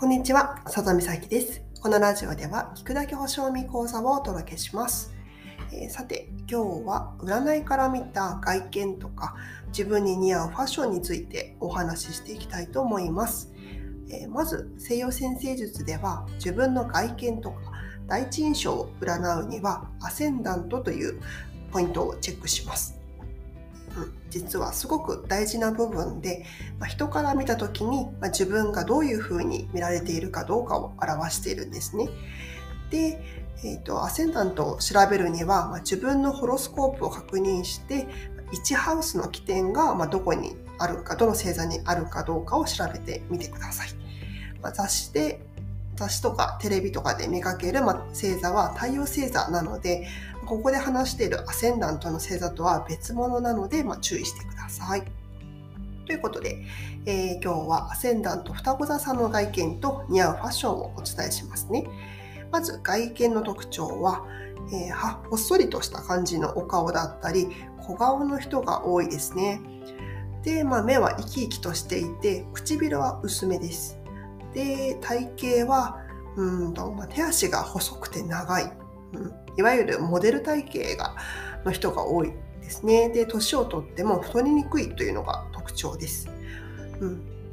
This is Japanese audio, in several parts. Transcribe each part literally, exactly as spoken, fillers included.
こんにちは、佐藤美咲です。このラジオでは聞くだけ星読み講座をお届けします。えー、さて、今日は占いから見た外見とか自分に似合うファッションについてお話ししていきたいと思います。えー、まず、西洋占星術では自分の外見とか第一印象を占うにはアセンダントというポイントをチェックします。うん、実はすごく大事な部分で、まあ、人から見た時に、まあ、自分がどういうふうに見られているかどうかを表しているんですね。で、えーと、アセンダントを調べるには、まあ、自分のホロスコープを確認していちハウスの起点が、まあ、どこにあるか、どの星座にあるかどうかを調べてみてください。まあ、雑誌で雑誌とかテレビとかで見かける、まあ、星座は太陽星座なので、ここで話しているアセンダントの星座とは別物なので、まあ、注意してください。ということで、えー、今日はアセンダント双子座さんの外見と似合うファッションをお伝えしますね。まず外見の特徴は、えー、ほっそりとした感じのお顔だったり、小顔の人が多いですね。で、まあ、目は生き生きとしていて、唇は薄めです。で、体型はうんと、まあ、手足が細くて長い、うん、いわゆるモデル体型がの人が多いですね。で、年をとっても太りにくいというのが特徴です。うん、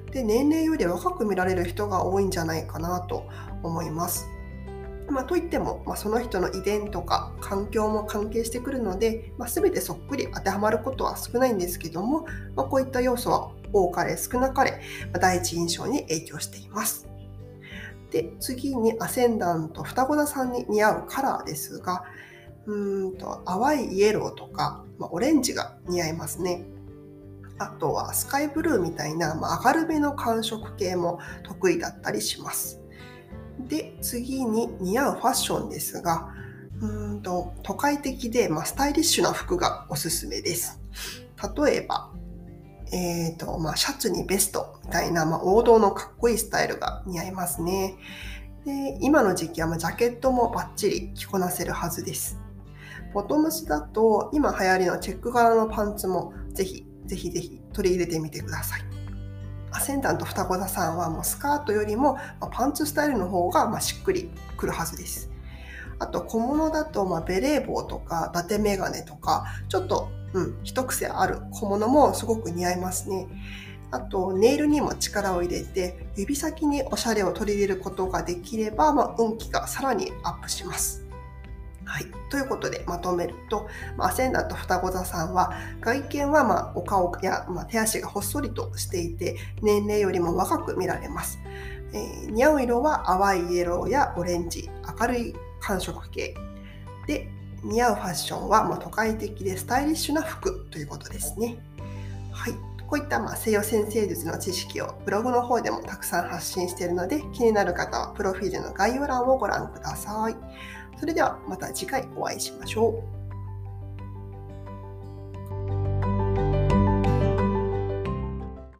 で、年齢より若く見られる人が多いんじゃないかなと思います。まあ、といっても、まあ、その人の遺伝とか環境も関係してくるので、まあ、全てそっくり当てはまることは少ないんですけども、まあ、こういった要素は多かれ少なかれ、まあ、第一印象に影響しています。で、次にアセンダント双子座さんに似合うカラーですが、うーんと淡いイエローとか、まあ、オレンジが似合いますね。あとはスカイブルーみたいな、まあ、明るめの寒色系も得意だったりします。で、次に似合うファッションですが、うーんと都会的で、まあ、スタイリッシュな服がおすすめです。例えば、えーとまあ、シャツにベストみたいな、まあ、王道のかっこいいスタイルが似合いますね。で、今の時期はまあジャケットもバッチリ着こなせるはずです。ボトムスだと今流行りのチェック柄のパンツもぜひぜひぜひ取り入れてみてください。アセンダント双子座さんはもうスカートよりもパンツスタイルの方がまあしっくりくるはずです。あと小物だとまあベレー帽とか伊達メガネとかちょっと、うん、一癖ある小物もすごく似合いますね。あとネイルにも力を入れて指先におしゃれを取り入れることができれば、まあ、運気がさらにアップします。はい、ということでまとめると、まあ、アセンダント双子座さんは外見はまあお顔や、まあ、手足がほっそりとしていて年齢よりも若く見られます。えー、似合う色は淡いイエローやオレンジ、明るい寒色系で、似合うファッションはまあ都会的でスタイリッシュな服ということですね。はい、こういったまあ西洋占星術の知識をブログの方でもたくさん発信しているので、気になる方はプロフィールの概要欄をご覧ください。それではまた次回お会いしましょう。